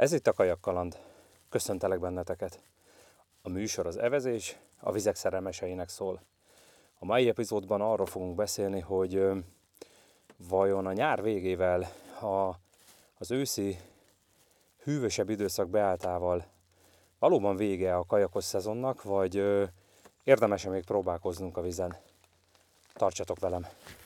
Ez itt a Kajakkaland. Köszöntelek benneteket. A műsor az evezés, a vizek szerelmeseinek szól. A mai epizódban arról fogunk beszélni, hogy vajon a nyár végével, az őszi hűvösebb időszak beálltával valóban vége a kajakos szezonnak, vagy érdemes-e még próbálkoznunk a vizen? Tartsatok velem!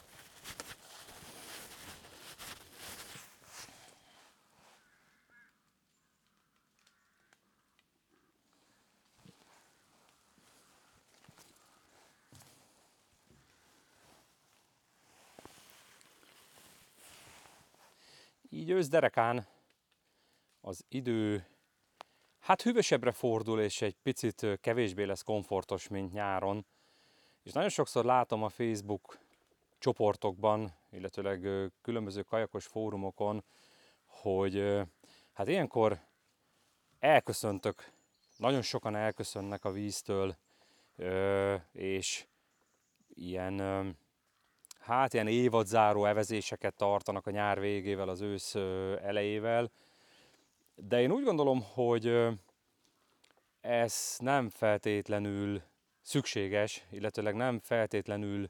Így ősz derekán az idő hűvösebbre fordul, és egy picit kevésbé lesz komfortos, mint nyáron. És nagyon sokszor látom a Facebook csoportokban, illetőleg különböző kajakos fórumokon, hogy hát ilyenkor elköszöntök, nagyon sokan elköszönnek a víztől, és ilyen évadzáró evezéseket tartanak a nyár végével, az ősz elejével. De én úgy gondolom, hogy ez nem feltétlenül szükséges, illetőleg nem feltétlenül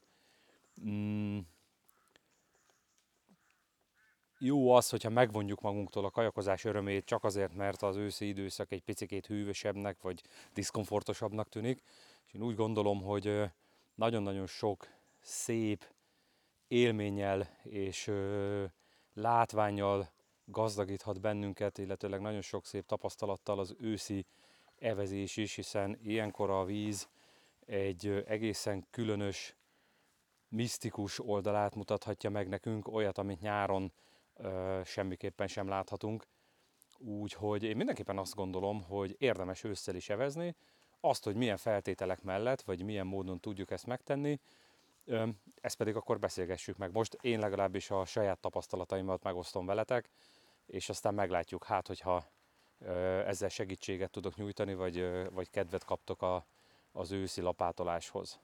jó az, hogyha megvonjuk magunktól a kajakozás örömét csak azért, mert az őszi időszak egy picikét hűvösebbnek vagy diszkomfortosabbnak tűnik. És én úgy gondolom, hogy nagyon-nagyon sok szép élménnyel és látvánnyal gazdagíthat bennünket, illetőleg nagyon sok szép tapasztalattal az őszi evezés is, hiszen ilyenkor a víz egy egészen különös, misztikus oldalát mutathatja meg nekünk, olyat, amit nyáron semmiképpen sem láthatunk. Úgyhogy én mindenképpen azt gondolom, hogy érdemes ősszel is evezni. Azt, hogy milyen feltételek mellett, vagy milyen módon tudjuk ezt megtenni, ezt pedig akkor beszélgessük meg. Most én legalábbis a saját tapasztalataimat megosztom veletek, és aztán meglátjuk, hogyha ezzel segítséget tudok nyújtani, vagy kedvet kaptok az őszi lapátoláshoz.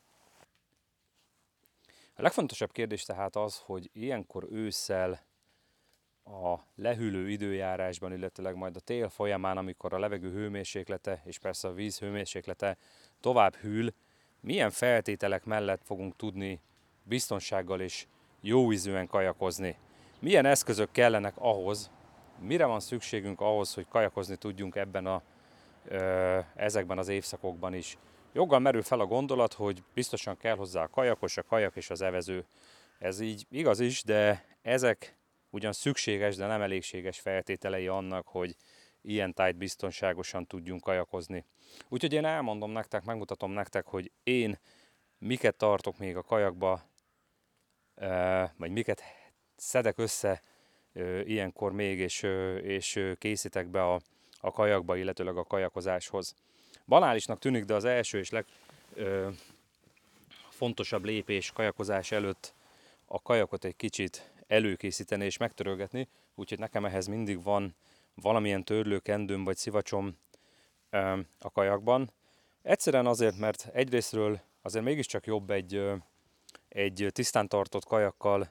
A legfontosabb kérdés tehát az, hogy ilyenkor ősszel a lehűlő időjárásban, illetőleg majd a tél folyamán, amikor a levegő hőmérséklete és persze a víz hőmérséklete tovább hűl, milyen feltételek mellett fogunk tudni biztonsággal és jóízűen kajakozni. Milyen eszközök kellenek ahhoz, mire van szükségünk ahhoz, hogy kajakozni tudjunk ezekben az évszakokban is. Joggal merül fel a gondolat, hogy biztosan kell hozzá a kajakos, a kajak és az evező. Ez így igaz is, de ezek ugyan szükséges, de nem elégséges feltételei annak, hogy ilyen tájt biztonságosan tudjunk kajakozni. Úgyhogy én elmondom nektek, megmutatom nektek, hogy én miket tartok még a kajakba, vagy miket szedek össze ilyenkor még, és készítek be a kajakba, illetőleg a kajakozáshoz. Banálisnak tűnik, de az első és legfontosabb lépés kajakozás előtt a kajakot egy kicsit előkészíteni és megtörölgetni, úgyhogy nekem ehhez mindig van valamilyen törlőkendőm vagy szivacsom a kajakban. Egyszerűen azért, mert egyrésztről azért mégiscsak jobb egy tisztán tartott kajakkal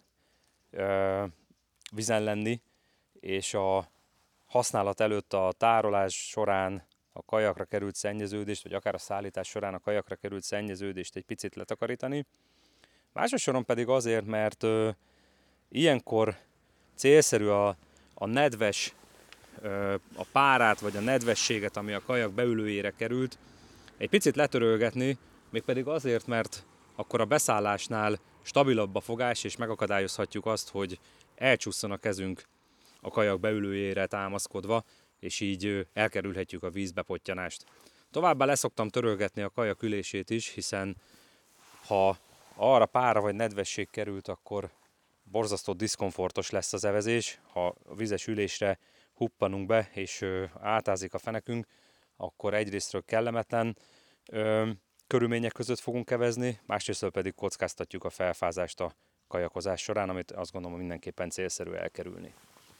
vizen lenni, és a használat előtt a tárolás során a kajakra került szennyeződést, vagy akár a szállítás során a kajakra került szennyeződést egy picit letakarítani. Másosoron pedig azért, mert ilyenkor célszerű a nedves, a párát vagy a nedvességet, ami a kajak beülőjére került, egy picit letörölgetni, mégpedig azért, mert akkor a beszállásnál stabilabb a fogás, és megakadályozhatjuk azt, hogy elcsúszson a kezünk a kajak beülőjére támaszkodva, és így elkerülhetjük a vízbepotyanást. Továbbá leszoktam törölgetni a kajak ülését is, hiszen ha arra pára vagy nedvesség került, akkor borzasztó diszkomfortos lesz az evezés. Ha a vizes ülésre huppanunk be, és átázik a fenekünk, akkor egyrésztről kellemetlen körülmények között fogunk evezni, másrésztről pedig kockáztatjuk a felfázást a kajakozás során, amit azt gondolom mindenképpen célszerű elkerülni.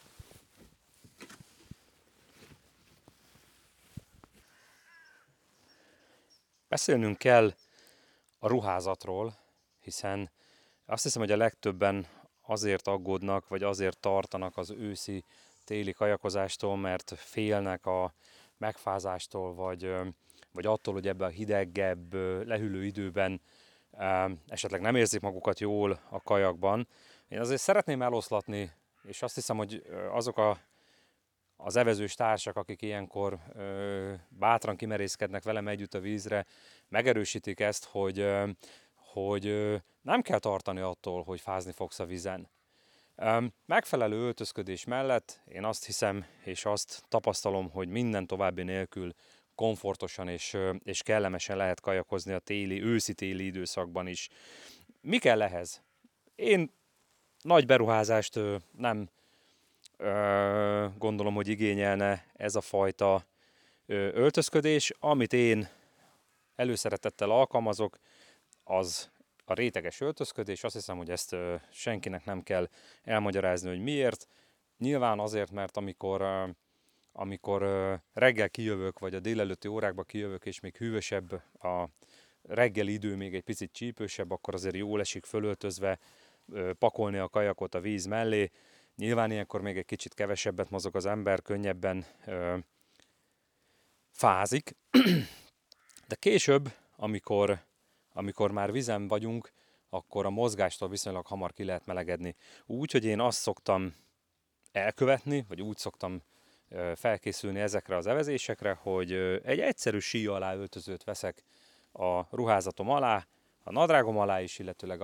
Beszélnünk kell a ruházatról, hiszen azt hiszem, hogy a legtöbben azért aggódnak, vagy azért tartanak az őszi téli kajakozástól, mert félnek a megfázástól, vagy attól, hogy ebben a hidegebb, lehűlő időben esetleg nem érzik magukat jól a kajakban. Én azért szeretném eloszlatni, és azt hiszem, hogy az evezős társak, akik ilyenkor bátran kimerészkednek velem együtt a vízre, megerősítik ezt, hogy nem kell tartani attól, hogy fázni fogsz a vízen. Megfelelő öltözködés mellett én azt hiszem, és azt tapasztalom, hogy minden további nélkül komfortosan és kellemesen lehet kajakozni a őszi-téli időszakban is. Mi kell ehhez? Én nagy beruházást nem gondolom, hogy igényelne ez a fajta öltözködés. Amit én előszeretettel alkalmazok, az a réteges öltözködés. Azt hiszem, hogy ezt senkinek nem kell elmagyarázni, hogy miért. Nyilván azért, mert amikor reggel kijövök, vagy a délelőtti órákba kijövök, és még hűvösebb a reggeli idő, még egy picit csípősebb, akkor azért jól esik fölöltözve pakolni a kajakot a víz mellé. Nyilván ilyenkor még egy kicsit kevesebbet mozog az ember, könnyebben fázik. De később, amikor már vízen vagyunk, akkor a mozgástól viszonylag hamar ki lehet melegedni. Úgy, hogy én azt szoktam elkövetni, vagy úgy szoktam felkészülni ezekre az evezésekre, hogy egy egyszerű sí alá öltözőt veszek a ruházatom alá, a nadrágom alá is, illetőleg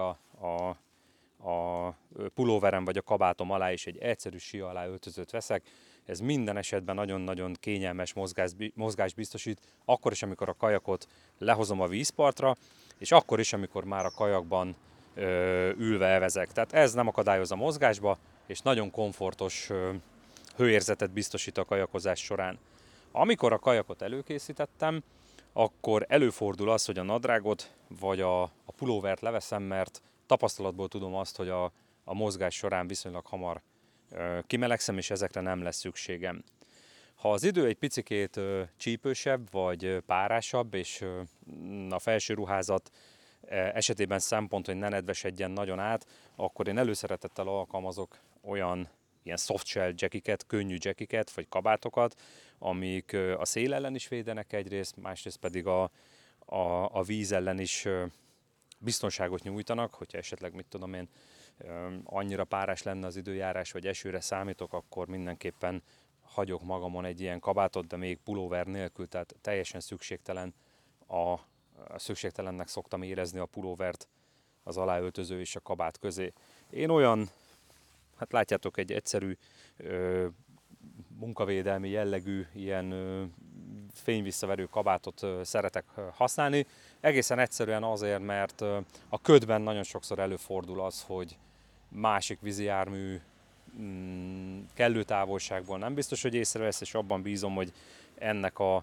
a pulóverem vagy a kabátom alá is egy egyszerű sí alá öltözőt veszek. Ez minden esetben nagyon-nagyon kényelmes mozgást biztosít, akkor is, amikor a kajakot lehozom a vízpartra, és akkor is, amikor már a kajakban ülve evezek. Tehát ez nem akadályoz a mozgásba, és nagyon komfortos hőérzetet biztosít a kajakozás során. Amikor a kajakot előkészítettem, akkor előfordul az, hogy a nadrágot vagy a pulóvert leveszem, mert tapasztalatból tudom azt, hogy a mozgás során viszonylag hamar kimelegszem, és ezekre nem lesz szükségem. Ha az idő egy picikét csípősebb vagy párásabb, és a felső ruházat esetében szempont, hogy ne nedvesedjen nagyon át, akkor én előszeretettel alkalmazok ilyen softshell jackiket, könnyű jackiket vagy kabátokat, amik a szél ellen is védenek egyrészt, másrészt pedig a víz ellen is biztonságot nyújtanak, hogyha esetleg, mit tudom én, annyira párás lenne az időjárás, vagy esőre számítok, akkor mindenképpen hagyok magamon egy ilyen kabátot, de még pulóver nélkül, tehát teljesen szükségtelennek szoktam érezni a pulóvert az aláöltöző és a kabát közé. Én hát látjátok, egy egyszerű munkavédelmi jellegű ilyen fényvisszaverő kabátot szeretek használni. Egészen egyszerűen azért, mert a ködben nagyon sokszor előfordul az, hogy másik vízi jármű kellő távolságból nem biztos, hogy észrevesz, és abban bízom, hogy ennek a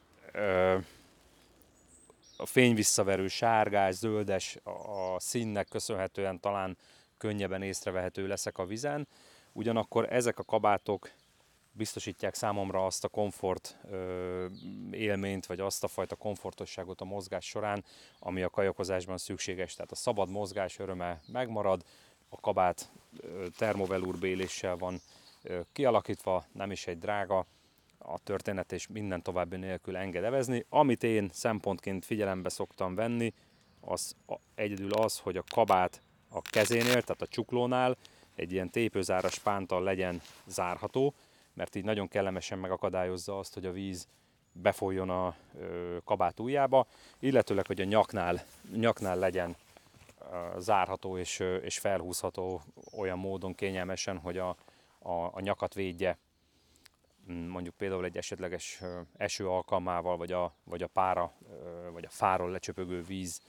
fényvisszaverő sárgás, zöldes a színnek köszönhetően talán könnyebben észrevehető leszek a vizen. Ugyanakkor ezek a kabátok biztosítják számomra azt a komfort élményt, vagy azt a fajta komfortosságot a mozgás során, ami a kajakozásban szükséges. Tehát a szabad mozgás öröme megmarad, a kabát termovelúr béléssel van kialakítva, nem is egy drága, a történet és minden további nélkül enged evezni. Amit én szempontként figyelembe szoktam venni, az egyedül az, hogy a kabát a kezénél, tehát a csuklónál egy ilyen tépőzáras pánttal legyen zárható, mert így nagyon kellemesen megakadályozza azt, hogy a víz befolyjon a kabát ujjába, illetőleg, hogy a nyaknál legyen zárható és felhúzható olyan módon kényelmesen, hogy a nyakat védje, mondjuk például egy esetleges eső alkalmával, vagy a pára, vagy a fáról lecsöpögő víz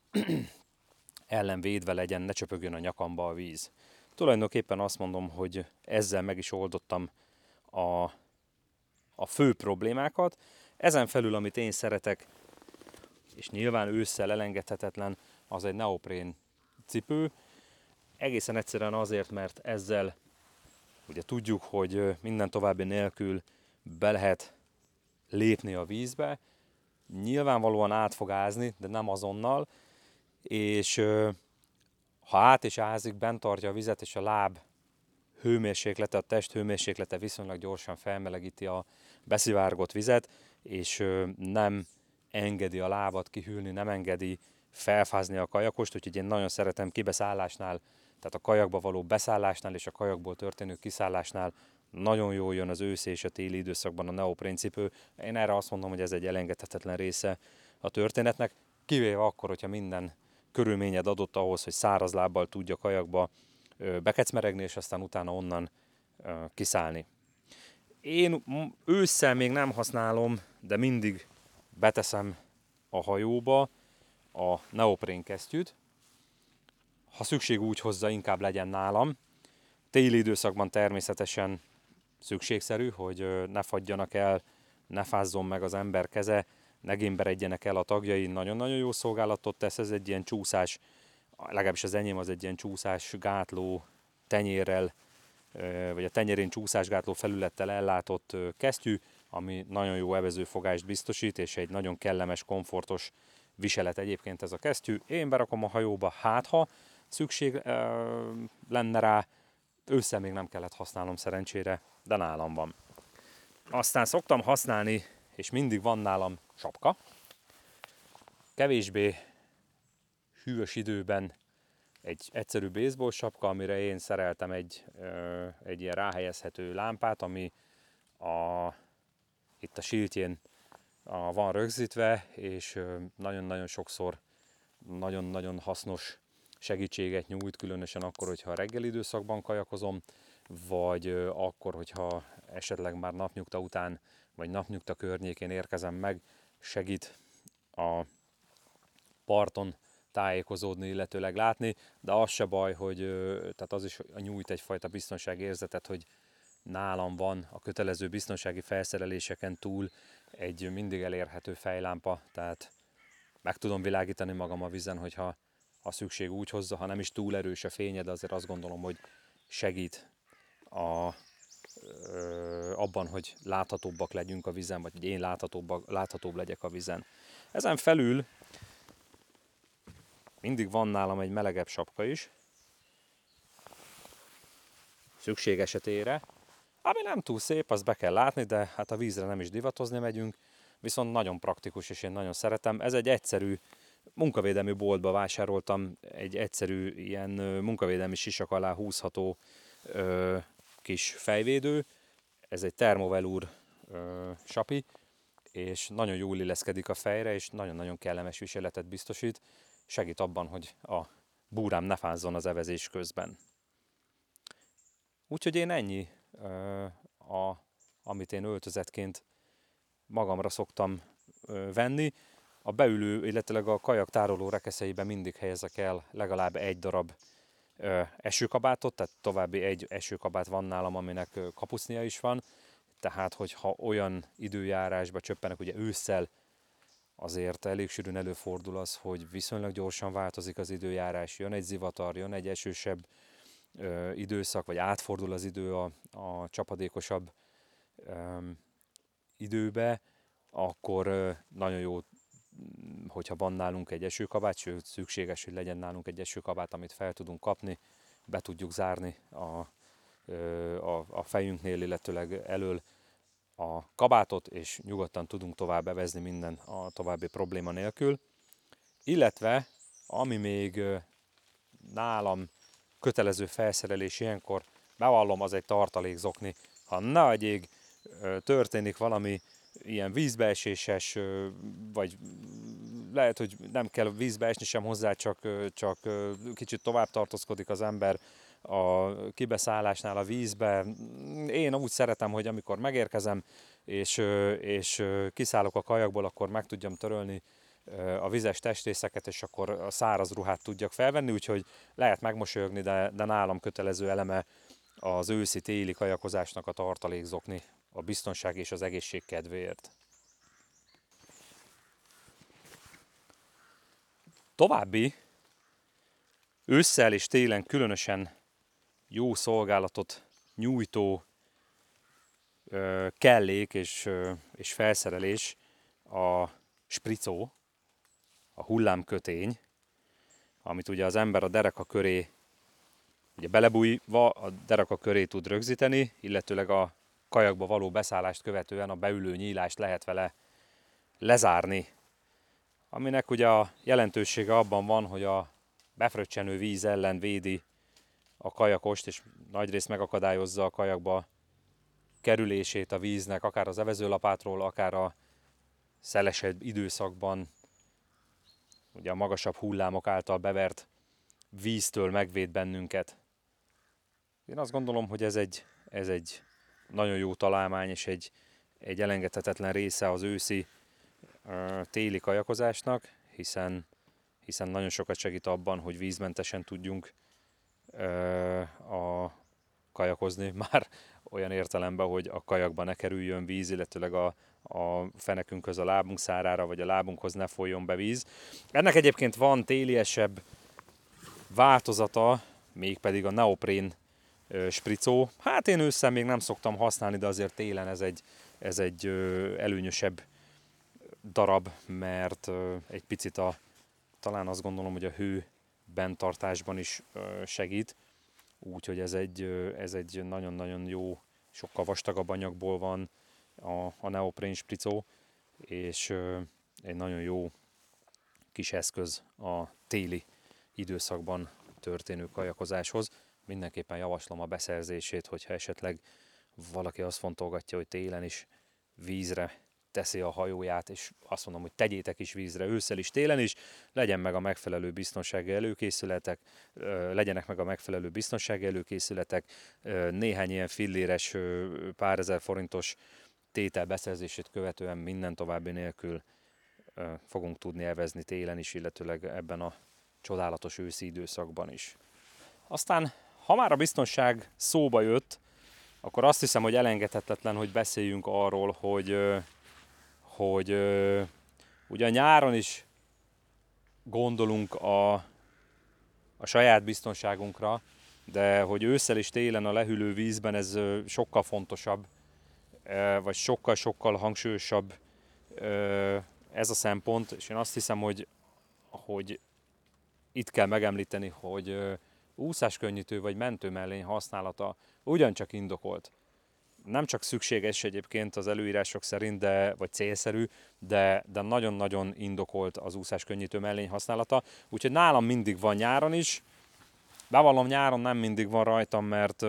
ellen védve legyen, ne csöpögjön a nyakamba a víz. Tulajdonképpen azt mondom, hogy ezzel meg is oldottam a fő problémákat. Ezen felül, amit én szeretek, és nyilván ősszel elengedhetetlen, az egy neoprén cipő. Egészen egyszerűen azért, mert ezzel ugye tudjuk, hogy minden további nélkül be lehet lépni a vízbe. Nyilvánvalóan át fog ázni, de nem azonnal, és ha át is ázik, bent tartja a vizet, és a láb hőmérséklete, a test hőmérséklete viszonylag gyorsan felmelegíti a beszivárgott vizet, és nem engedi a lábat kihűlni, nem engedi felfázni a kajakost, úgyhogy én nagyon szeretem kibeszállásnál, tehát a kajakba való beszállásnál és a kajakból történő kiszállásnál nagyon jól jön az őszi és a téli időszakban a neopréncipő. Én erre azt mondom, hogy ez egy elengedhetetlen része a történetnek, kivéve akkor, hogyha minden körülményed adott ahhoz, hogy száraz lábbal tudja kajakba bekecmeregni, és aztán utána onnan kiszállni. Én ősszel még nem használom, de mindig beteszem a hajóba a neoprén kesztyűt. Ha szükség úgy hozza, inkább legyen nálam. Téli időszakban természetesen szükségszerű, hogy ne fagyjanak el, ne fázzon meg az ember keze, ne gémberedjenek el a tagjai. Nagyon-nagyon jó szolgálatot tesz, ez egy ilyen csúszás, legalábbis az enyém az egy ilyen csúszásgátló tenyérrel, vagy a tenyerén csúszásgátló felülettel ellátott kesztyű, ami nagyon jó evezőfogást biztosít, és egy nagyon kellemes, komfortos viselet egyébként ez a kesztyű. Én berakom a hajóba, hát ha szükség lenne rá, ősszel még nem kellett használnom szerencsére, de nálam van. Aztán szoktam használni, és mindig van nálam sapka. Kevésbé hűvös időben egy egyszerű baseball sapka, amire én szereltem egy ilyen ráhelyezhető lámpát, ami itt a siltjén van rögzítve, és nagyon-nagyon sokszor nagyon-nagyon hasznos segítséget nyújt, különösen akkor, hogyha a reggeli időszakban kajakozom, vagy akkor, hogyha esetleg már napnyugta után, vagy napnyugta környékén érkezem meg, segít a parton tájékozódni, illetőleg látni, de az se baj, hogy tehát az is nyújt egyfajta biztonságérzetet, hogy nálam van a kötelező biztonsági felszereléseken túl egy mindig elérhető fejlámpa, tehát meg tudom világítani magam a vízen, hogyha szükség úgy hozza, ha nem is túl erős a fénye, de azért azt gondolom, hogy segít abban, hogy láthatóbbak legyünk a vízen, vagy hogy én láthatóbb legyek a vízen. Ezen felül mindig van nálam egy melegebb sapka is, szükség esetére, ami nem túl szép, azt be kell látni, de hát a vízre nem is divatozni megyünk, viszont nagyon praktikus, és én nagyon szeretem. Ez egy egyszerű munkavédelmi boltba vásároltam, egy egyszerű ilyen munkavédelmi sisak alá húzható kis fejvédő. Ez egy termovelúr sapi, és nagyon jól illeszkedik a fejre, és nagyon-nagyon kellemes viseletet biztosít. Segít abban, hogy a búrám ne fázzon az evezés közben. Úgyhogy én ennyi, amit én öltözetként magamra szoktam venni. A beülő, illetve a kajak tároló rekeszeiben mindig helyezek el legalább egy darab esőkabátot, tehát további egy esőkabát van nálam, aminek kapucnia is van. Tehát, hogyha olyan időjárásba csöppenek, ugye ősszel azért elég sűrűn előfordul az, hogy viszonylag gyorsan változik az időjárás, jön egy zivatar, jön egy esősebb időszak, vagy átfordul az idő a csapadékosabb időbe, akkor nagyon jó, hogyha van nálunk egy esőkabát, sőt szükséges, hogy legyen nálunk egy esőkabát, amit fel tudunk kapni, be tudjuk zárni a fejünknél, illetőleg elől a kabátot, és nyugodtan tudunk tovább evezni minden a további probléma nélkül. Illetve, ami még nálam kötelező felszerelés ilyenkor, bevallom, az egy tartalékzokni. Ha ne adjék, történik valami ilyen vízbeeséses, vagy lehet, hogy nem kell vízbe esni sem hozzá, csak kicsit tovább tartózkodik az ember a kibeszállásnál a vízbe. Én úgy szeretem, hogy amikor megérkezem, és kiszállok a kajakból, akkor meg tudjam törölni a vizes testrészeket, és akkor a száraz ruhát tudjak felvenni, úgyhogy lehet megmosolyogni, de nálam kötelező eleme az őszi-téli kajakozásnak a tartalékzokni, a biztonság és az egészség kedvéért. További ősszel és télen különösen jó szolgálatot nyújtó kellék és felszerelés a spricó, a hullámkötény, amit ugye az ember a dereka köré ugye belebújva a deraka köré tud rögzíteni, illetőleg a kajakba való beszállást követően a beülő nyílást lehet vele lezárni. Aminek ugye a jelentősége abban van, hogy a befröccsenő víz ellen védi a kajakost, és nagyrészt megakadályozza a kajakba kerülését a víznek, akár az evezőlapátról, akár a szelesebb időszakban, ugye a magasabb hullámok által bevert víztől megvéd bennünket. Én azt gondolom, hogy ez egy nagyon jó találmány, és egy elengedhetetlen része az őszi téli kajakozásnak, hiszen nagyon sokat segít abban, hogy vízmentesen tudjunk kajakozni, már olyan értelemben, hogy a kajakba ne kerüljön víz, illetőleg a fenekünkhöz, a lábunk szárára, vagy a lábunkhoz ne folyjon be víz. Ennek egyébként van téliesebb változata, mégpedig a neoprén spricó. Hát én ősszel még nem szoktam használni, de azért télen ez egy előnyösebb darab, mert egy picit talán azt gondolom, hogy a hő benntartásban is segít. Úgyhogy ez egy nagyon-nagyon jó, sokkal vastagabb anyagból van a neoprén spricó, és egy nagyon jó kis eszköz a téli időszakban történő kajakozáshoz. Mindenképpen javaslom a beszerzését, hogyha esetleg valaki azt fontolgatja, hogy télen is vízre teszi a hajóját, és azt mondom, hogy tegyétek is vízre ősszel is, télen is, legyen meg a megfelelő biztonsági előkészületek, legyenek meg a megfelelő biztonsági előkészületek, néhány ilyen filléres, pár ezer forintos tétel beszerzését követően minden további nélkül fogunk tudni evezni télen is, illetőleg ebben a csodálatos őszi időszakban is. Aztán, ha már a biztonság szóba jött, akkor azt hiszem, hogy elengedhetetlen, hogy beszéljünk arról, hogy ugye nyáron is gondolunk a saját biztonságunkra, de hogy ősszel és télen a lehűlő vízben ez sokkal fontosabb, vagy sokkal-sokkal hangsúlyosabb ez a szempont, és én azt hiszem, hogy itt kell megemlíteni, hogy úszáskönnyítő vagy mentőmellény használata ugyancsak indokolt. Nem csak szükséges egyébként az előírások szerint, vagy célszerű, de nagyon-nagyon indokolt az úszáskönnyítő mellény használata. Úgyhogy nálam mindig van nyáron is. Bevallom, nyáron nem mindig van rajtam, mert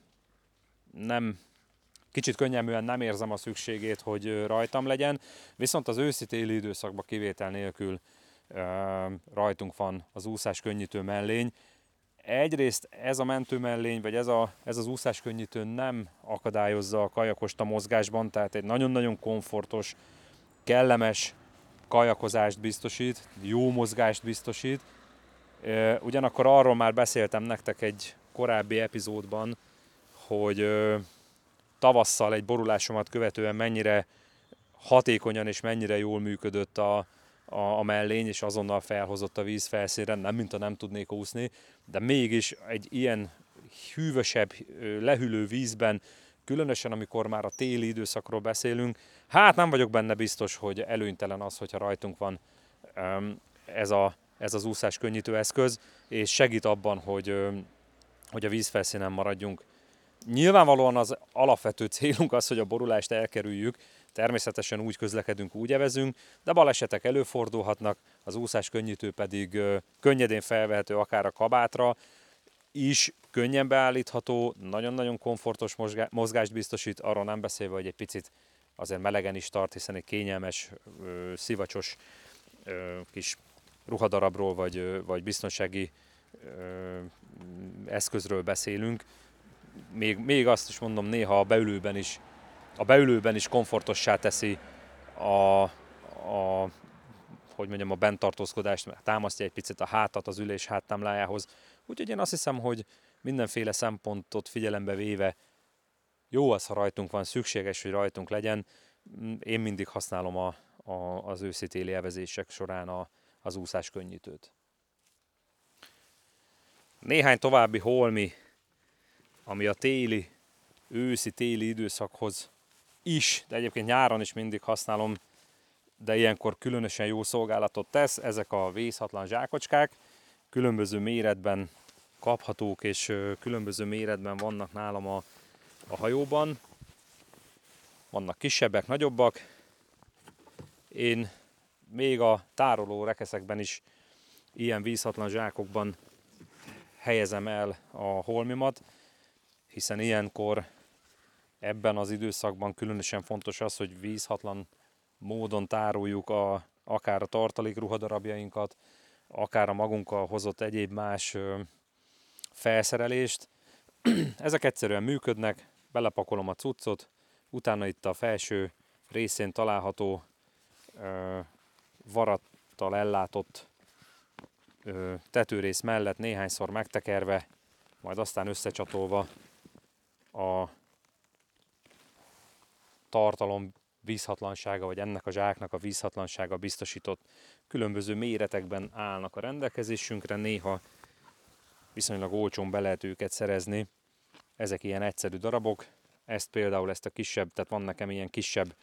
kicsit könnyelműen nem érzem a szükségét, hogy rajtam legyen. Viszont az őszi-téli időszakban kivétel nélkül rajtunk van az úszáskönnyítő mellény. Egyrészt ez a mentőmellény, vagy ez az úszáskönnyítő nem akadályozza a kajakost a mozgásban, tehát egy nagyon-nagyon komfortos, kellemes kajakozást biztosít, jó mozgást biztosít. Ugyanakkor arról már beszéltem nektek egy korábbi epizódban, hogy tavasszal egy borulásomat követően mennyire hatékonyan és mennyire jól működött a mellény, és azonnal felhozott a víz felszínre, nem mintha nem tudnék úszni, de mégis egy ilyen hűvösebb, lehűlő vízben, különösen amikor már a téli időszakról beszélünk, hát nem vagyok benne biztos, hogy előnytelen az, hogyha rajtunk van ez az úszás könnyítő eszköz, és segít abban, hogy a vízfelszínen maradjunk. Nyilvánvalóan az alapvető célunk az, hogy a borulást elkerüljük, természetesen úgy közlekedünk, úgy evezünk, de balesetek előfordulhatnak, az úszás könnyítő pedig könnyedén felvehető akár a kabátra is, könnyen beállítható, nagyon-nagyon komfortos mozgást biztosít, arról nem beszélve, hogy egy picit azért melegen is tart, hiszen egy kényelmes, szivacsos kis ruhadarabról vagy biztonsági eszközről beszélünk. Még azt is mondom, néha a beülőben is komfortossá teszi a benntartózkodást, mert támasztja egy picit a hátat az ülés háttámlájához. Úgyhogy én azt hiszem, hogy mindenféle szempontot figyelembe véve jó az, ha rajtunk van, szükséges, hogy rajtunk legyen. Én mindig használom az őszi-téli evezések során az úszáskönnyítőt. Néhány további holmi, ami a őszi-téli időszakhoz is, de egyébként nyáron is mindig használom, de ilyenkor különösen jó szolgálatot tesz, ezek a vészhatlan zsákocskák, különböző méretben kaphatók, és különböző méretben vannak nálam a hajóban. Vannak kisebbek, nagyobbak. Én még a tároló rekeszekben is ilyen vízhatlan zsákokban helyezem el a holmimat, hiszen ilyenkor ebben az időszakban különösen fontos az, hogy vízhatlan módon tároljuk akár a tartalék ruhadarabjainkat, akár a magunkkal hozott egyéb más felszerelést. Ezek egyszerűen működnek, belepakolom a cuccot, utána itt a felső részén található varattal ellátott tetőrész mellett néhányszor megtekerve, majd aztán összecsatolva a tartalom vízhatlansága, vagy ennek a zsáknak a vízhatlansága biztosított. Különböző méretekben állnak a rendelkezésünkre, néha viszonylag olcsón be lehet őket szerezni. Ezek ilyen egyszerű darabok, ezt a kisebb, tehát van nekem ilyen kisebb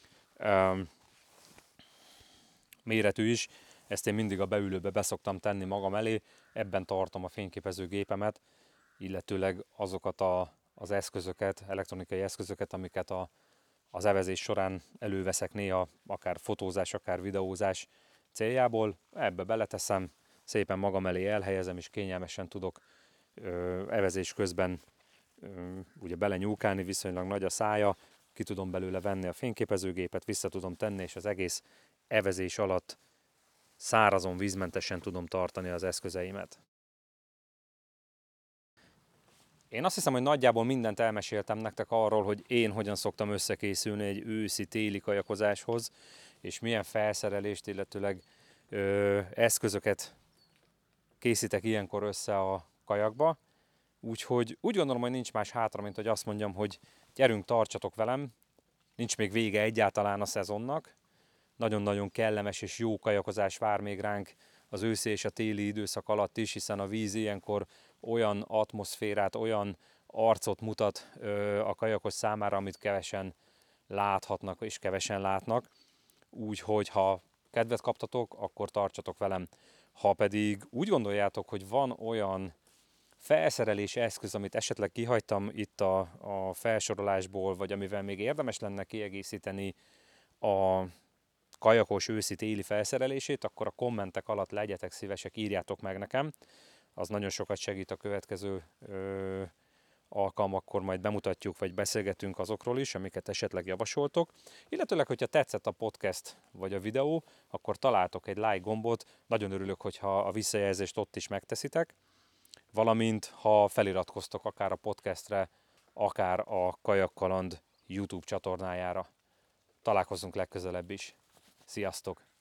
méretű is, ezt én mindig a beülőbe beszoktam tenni magam elé, ebben tartom a fényképezőgépemet, illetőleg azokat az eszközöket, elektronikai eszközöket, amiket az evezés során előveszek néha, akár fotózás, akár videózás céljából, ebbe beleteszem, szépen magam elé elhelyezem, és kényelmesen tudok evezés közben ugye belenyúlkálni, viszonylag nagy a szája, ki tudom belőle venni a fényképezőgépet, vissza tudom tenni, és az egész evezés alatt szárazon, vízmentesen tudom tartani az eszközeimet. Én azt hiszem, hogy nagyjából mindent elmeséltem nektek arról, hogy én hogyan szoktam összekészülni egy őszi-téli kajakozáshoz, és milyen felszerelést, illetőleg eszközöket készítek ilyenkor össze a kajakba. Úgyhogy úgy gondolom, hogy nincs más hátra, mint hogy azt mondjam, hogy gyerünk, tartsatok velem, nincs még vége egyáltalán a szezonnak, nagyon-nagyon kellemes és jó kajakozás vár még ránk az őszi és a téli időszak alatt is, hiszen a víz ilyenkor olyan atmoszférát, olyan arcot mutat a kajakos számára, amit kevesen láthatnak és kevesen látnak. Úgyhogy ha kedvet kaptatok, akkor tartsatok velem. Ha pedig úgy gondoljátok, hogy van olyan felszerelés eszköz, amit esetleg kihagytam itt a felsorolásból, vagy amivel még érdemes lenne kiegészíteni a kajakos őszi-téli felszerelését, akkor a kommentek alatt legyetek szívesek, írjátok meg nekem. Az nagyon sokat segít a következő alkalmakkor, majd bemutatjuk, vagy beszélgetünk azokról is, amiket esetleg javasoltok. Illetőleg, hogyha tetszett a podcast vagy a videó, akkor találtok egy like gombot. Nagyon örülök, hogyha a visszajelzést ott is megteszitek. Valamint, ha feliratkoztok akár a podcastre, akár a Kajakkaland YouTube csatornájára. Találkozunk legközelebb is. Sziasztok!